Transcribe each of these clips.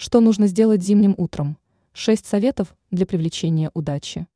Что нужно сделать зимним утром? 6 советов для привлечения удачи.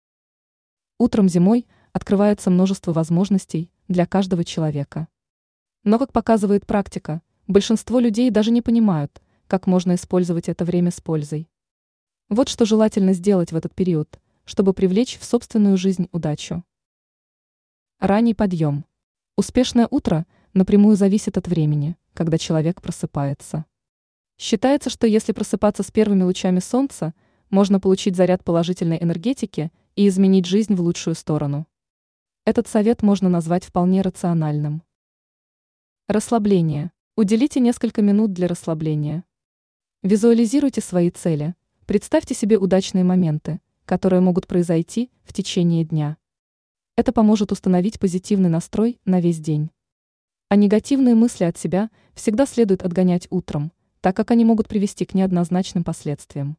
Утром зимой открывается множество возможностей для каждого человека. Но, как показывает практика, большинство людей даже не понимают, как можно использовать это время с пользой. Вот что желательно сделать в этот период, чтобы привлечь в собственную жизнь удачу. Ранний подъем. Успешное утро напрямую зависит от времени, когда человек просыпается. Считается, что если просыпаться с первыми лучами солнца, можно получить заряд положительной энергетики и изменить жизнь в лучшую сторону. Этот совет можно назвать вполне рациональным. Расслабление. Уделите несколько минут для расслабления. Визуализируйте свои цели, представьте себе удачные моменты, которые могут произойти в течение дня. Это поможет установить позитивный настрой на весь день. А негативные мысли от себя всегда следует отгонять утром, так как они могут привести к неоднозначным последствиям.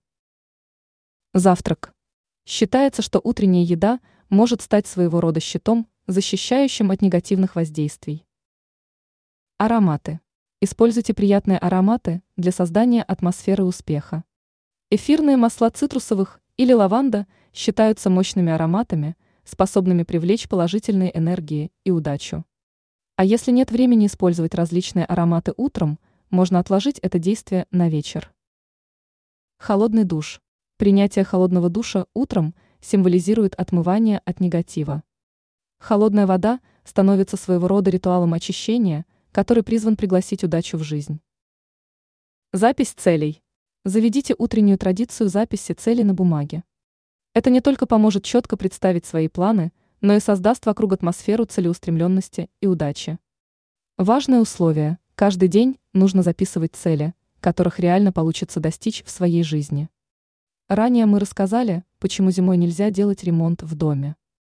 Завтрак. Считается, что утренняя еда может стать своего рода щитом, защищающим от негативных воздействий. Ароматы. Используйте приятные ароматы для создания атмосферы успеха. Эфирные масла цитрусовых или лаванда считаются мощными ароматами, способными привлечь положительные энергии и удачу. А если нет времени использовать различные ароматы утром, можно отложить это действие на вечер. Холодный душ. Принятие холодного душа утром символизирует отмывание от негатива. Холодная вода становится своего рода ритуалом очищения, который призван пригласить удачу в жизнь. Запись целей. Заведите утреннюю традицию записи целей на бумаге. Это не только поможет четко представить свои планы, но и создаст вокруг атмосферу целеустремленности и удачи. Важное условие – каждый день нужно записывать цели, которых реально получится достичь в своей жизни. Ранее мы рассказали, почему зимой нельзя делать ремонт в доме.